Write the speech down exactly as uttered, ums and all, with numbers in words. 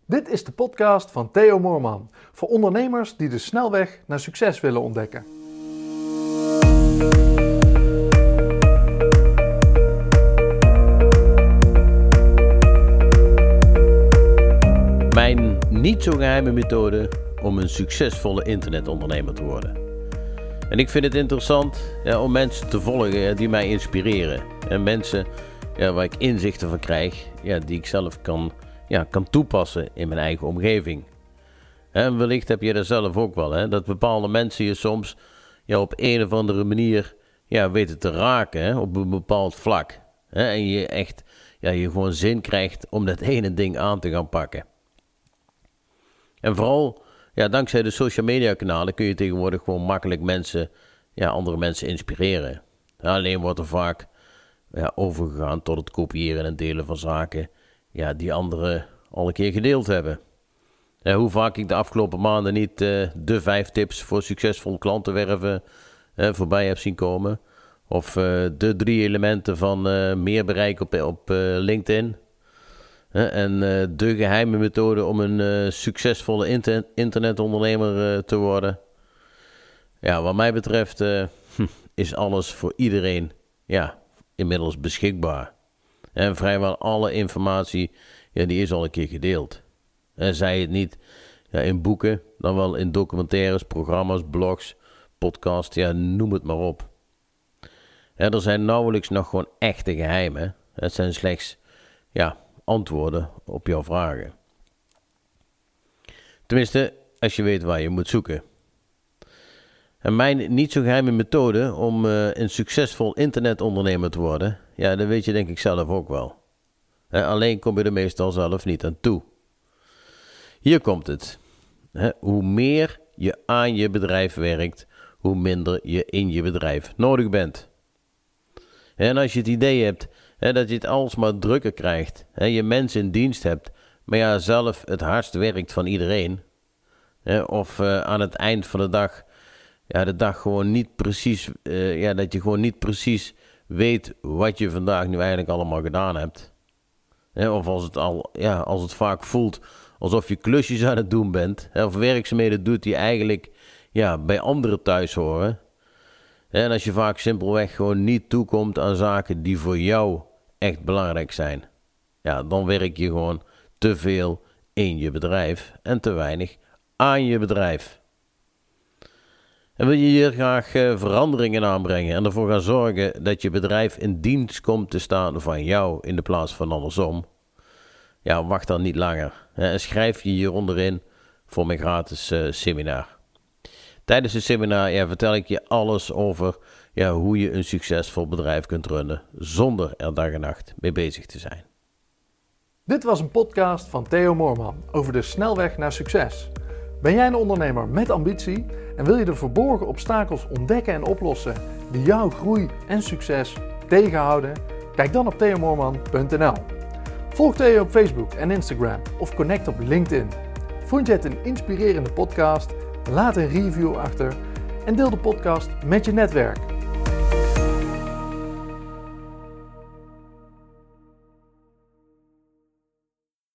Dit is de podcast van Theo Moorman voor ondernemers die de snelweg naar succes willen ontdekken. Mijn niet zo geheime methode om een succesvolle internetondernemer te worden. En ik vind het interessant ja, om mensen te volgen ja, die mij inspireren. En mensen ja, waar ik inzichten van krijg, ja, die ik zelf kan, ja, kan toepassen in mijn eigen omgeving. En wellicht heb je dat zelf ook wel, hè, dat bepaalde mensen je soms ja, op een of andere manier ja, weten te raken hè, op een bepaald vlak. Hè, en je echt ja, je gewoon zin krijgt om dat ene ding aan te gaan pakken. En vooral ja, dankzij de social media kanalen kun je tegenwoordig gewoon makkelijk mensen, ja, andere mensen inspireren. Ja, alleen wordt er vaak ja, overgegaan tot het kopiëren en delen van zaken ja, die anderen al een keer gedeeld hebben. Ja, hoe vaak ik de afgelopen maanden niet uh, de vijf tips voor succesvol klantenwerven uh, voorbij heb zien komen. Of uh, de drie elementen van uh, meer bereik op, op uh, LinkedIn. Uh, en uh, de geheime methode om een uh, succesvolle inter- internetondernemer uh, te worden. Ja, wat mij betreft uh, is alles voor iedereen ja, inmiddels beschikbaar. En vrijwel alle informatie ja, die is al een keer gedeeld. En zij het niet ja, in boeken, dan wel in documentaires, programma's, blogs, podcasts, ja, noem het maar op. Ja, er zijn nauwelijks nog gewoon echte geheimen. Het zijn slechts ja, antwoorden op jouw vragen. Tenminste, als je weet waar je moet zoeken. En mijn niet zo geheime methode om uh, een succesvol internetondernemer te worden, ja, dat weet je denk ik zelf ook wel. Uh, alleen kom je er meestal zelf niet aan toe. Hier komt het. Uh, hoe meer je aan je bedrijf werkt, hoe minder je in je bedrijf nodig bent. En als je het idee hebt uh, dat je het alsmaar drukker krijgt, uh, je mensen in dienst hebt, maar ja, zelf het hardst werkt van iedereen, uh, of uh, aan het eind van de dag Ja, de dag gewoon niet precies, uh, ja, dat je gewoon niet precies weet wat je vandaag nu eigenlijk allemaal gedaan hebt. Hè, of als het, al, ja, als het vaak voelt alsof je klusjes aan het doen bent. Hè, of werkzaamheden doet die eigenlijk ja, bij anderen thuis horen. Hè, en als je vaak simpelweg gewoon niet toekomt aan zaken die voor jou echt belangrijk zijn. Ja, dan werk je gewoon te veel in je bedrijf en te weinig aan je bedrijf. En wil je hier graag uh, veranderingen aanbrengen en ervoor gaan zorgen dat je bedrijf in dienst komt te staan van jou in de plaats van andersom? Ja, wacht dan niet langer. En schrijf je hieronder in voor mijn gratis uh, seminar. Tijdens het seminar ja, vertel ik je alles over ja, hoe je een succesvol bedrijf kunt runnen zonder er dag en nacht mee bezig te zijn. Dit was een podcast van Theo Moorman over de snelweg naar succes. Ben jij een ondernemer met ambitie en wil je de verborgen obstakels ontdekken en oplossen die jouw groei en succes tegenhouden? Kijk dan op theo moorman punt n l. Volg Theo op Facebook en Instagram of connect op LinkedIn. Vond je het een inspirerende podcast? Laat een review achter en deel de podcast met je netwerk.